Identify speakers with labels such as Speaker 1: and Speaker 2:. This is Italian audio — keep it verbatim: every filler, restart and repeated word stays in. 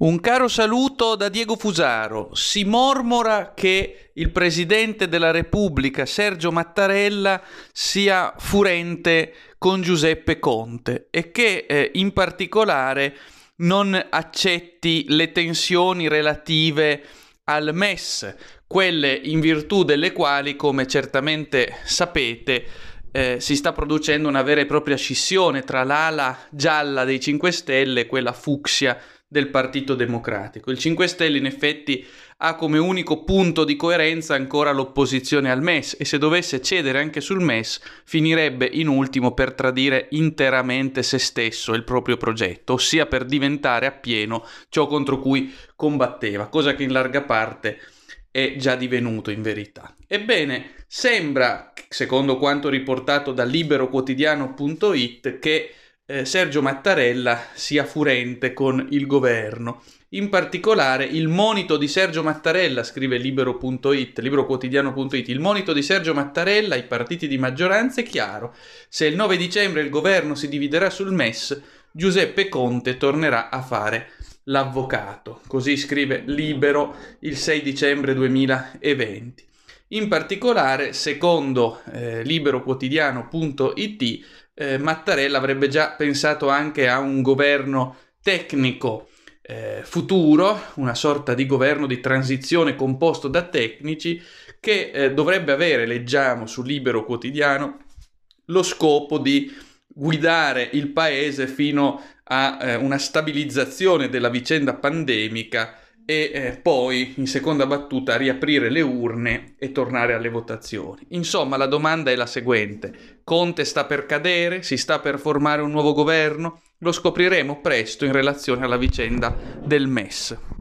Speaker 1: Un caro saluto da Diego Fusaro. Si mormora che il Presidente della Repubblica, Sergio Mattarella, sia furente con Giuseppe Conte e che eh, in particolare non accetti le tensioni relative al M E S, quelle in virtù delle quali, come certamente sapete, eh, si sta producendo una vera e propria scissione tra l'ala gialla dei cinque Stelle e quella fucsia del Partito Democratico. Il cinque Stelle in effetti ha come unico punto di coerenza ancora l'opposizione al M E S e se dovesse cedere anche sul M E S finirebbe in ultimo per tradire interamente se stesso e il proprio progetto, ossia per diventare appieno ciò contro cui combatteva, cosa che in larga parte è già divenuto in verità. Ebbene, sembra, secondo quanto riportato da libero quotidiano punto it, che Eh, Sergio Mattarella sia furente con il governo. In particolare il monito di Sergio Mattarella, scrive libero punto it, libero quotidiano punto it, il monito di Sergio Mattarella ai partiti di maggioranza è chiaro: se il nove dicembre il governo si dividerà sul M E S, Giuseppe Conte tornerà a fare l'avvocato. Così scrive Libero il sei dicembre duemilaventi. In particolare, secondo eh, libero quotidiano punto it, eh, Mattarella avrebbe già pensato anche a un governo tecnico eh, futuro, una sorta di governo di transizione composto da tecnici che eh, dovrebbe avere, leggiamo su Libero Quotidiano, lo scopo di guidare il paese fino a eh, una stabilizzazione della vicenda pandemica e eh, poi, in seconda battuta, riaprire le urne e tornare alle votazioni. Insomma, la domanda è la seguente: Conte sta per cadere? Si sta per formare un nuovo governo? Lo scopriremo presto in relazione alla vicenda del M E S.